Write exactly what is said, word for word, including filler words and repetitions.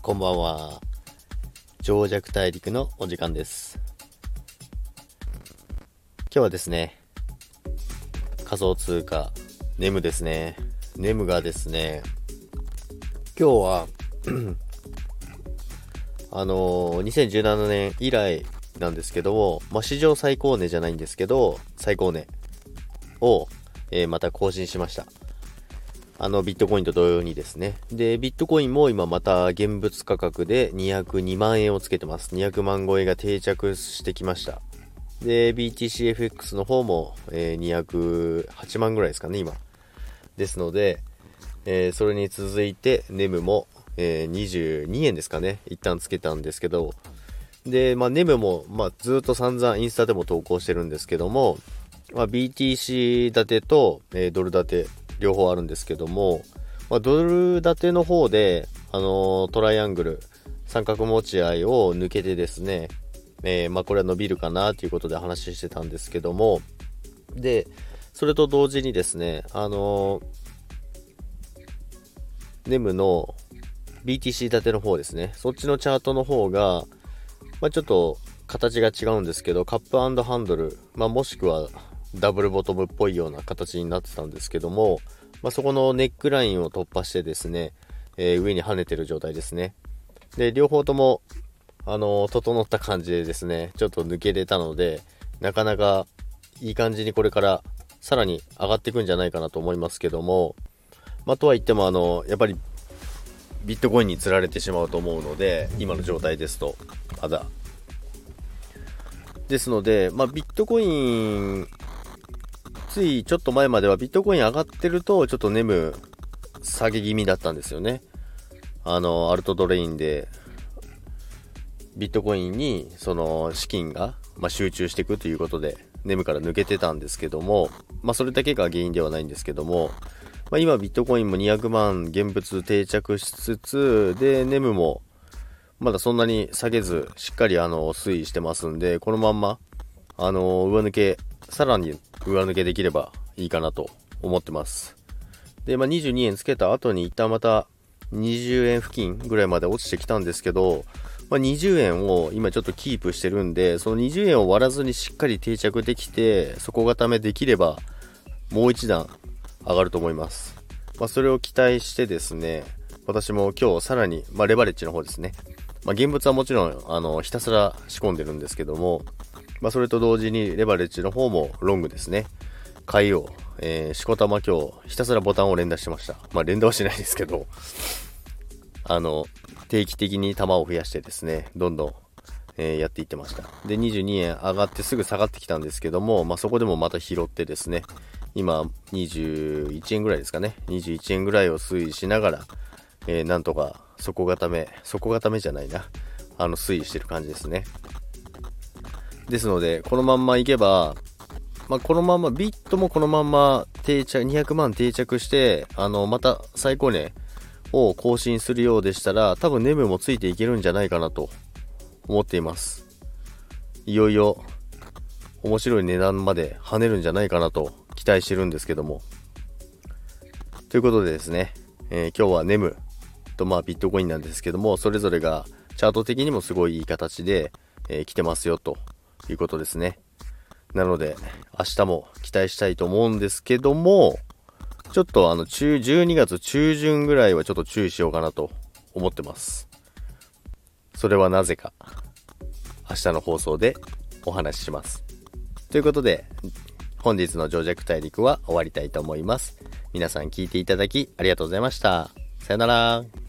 こんばんは。情弱大陸のお時間です。今日はですね、仮想通貨ネムですね。ネムがですね、今日はあのー、にせんじゅうななねん以来なんですけども、まあ、史上最高値じゃないんですけど、最高値を、えー、また更新しました。あのビットコインと同様にですね。で、ビットコインも今また現物価格でにひゃくにまんえんをつけてます。にひゃくまん超えが定着してきました。で、ビーティーシーエフエックス の方も、えー、にひゃくはちまんぐらいですかね、今。ですので、えー、それに続いて ネム も、えー、にじゅうにえんですかね、一旦つけたんですけど、で、まあ、ネム も、まあ、ずっと散々インスタでも投稿してるんですけども、まあ、ビーティーシー 建てと、えー、ドル建て両方あるんですけども、まあ、ドル建ての方で、あのー、トライアングル三角持ち合いを抜けてですね、えー、まあこれは伸びるかなということで話してたんですけども、でそれと同時にですね、あのー、ネム の ビーティーシー 建ての方ですね、そっちのチャートの方が、まあ、ちょっと形が違うんですけど、カップ&ハンドル、まあ、もしくはダブルボトムっぽいような形になってたんですけども、まあ、そこのネックラインを突破してですね、えー、上に跳ねてる状態ですね。で、両方とも、あのー、整った感じでですね、ちょっと抜けれたので、なかなかいい感じにこれからさらに上がっていくんじゃないかなと思いますけども、まあ、とは言っても、あのー、やっぱりビットコインに釣られてしまうと思うので、今の状態ですと、まだ。ですので、まあ、ビットコイン、ついちょっと前まではビットコイン上がってるとちょっとネム下げ気味だったんですよね。あのアルトドレインでビットコインにその資金が、まあ、集中していくということでネムから抜けてたんですけども、まあそれだけが原因ではないんですけども、まあ、今ビットコインもにひゃくまん現物定着しつつで、ネムもまだそんなに下げずしっかりあの推移してますんで、このまんまあの上抜けさらに上抜けできればいいかなと思ってます。で、まあ、にじゅうにえんつけた後に一旦またにじゅうえん付近ぐらいまで落ちてきたんですけど、まあ、にじゅうえんを今ちょっとキープしてるんで、そのにじゅうえんを割らずにしっかり定着できて底固めできればもう一段上がると思います。まあ、それを期待してですね、私も今日さらに、まあ、レバレッジの方ですね、まあ、現物はもちろんあのひたすら仕込んでるんですけども、まあ、それと同時にレバレッジの方もロングですね、買いを、えー、しこたま今日ひたすらボタンを連打してました。まあ連打はしないですけど、あの定期的に玉を増やしてですね、どんどん、えー、やっていってました。でにじゅうにえん上がってすぐ下がってきたんですけども、まあ、そこでもまた拾ってですね、今にじゅういちえんぐらいですかね、にじゅういちえんぐらいを推移しながら、えー、なんとか底固め底固めじゃないなあの推移してる感じですね。ですのでこのまんまいけば、まあ、このままビットもこのまま定着にひゃくまん定着して、あのまた最高値を更新するようでしたら、多分ネムもついていけるんじゃないかなと思っています。いよいよ面白い値段まで跳ねるんじゃないかなと期待してるんですけども、ということでですね、えー、今日はネムとまあビットコインなんですけども、それぞれがチャート的にもすごいいい形で、えー、来てますよということですね。なので明日も期待したいと思うんですけども、ちょっとあの中じゅうにがつ中旬ぐらいはちょっと注意しようかなと思ってます。それはなぜか明日の放送でお話しします。ということで本日の情弱大陸は終わりたいと思います。皆さん聞いていただきありがとうございました。さよなら。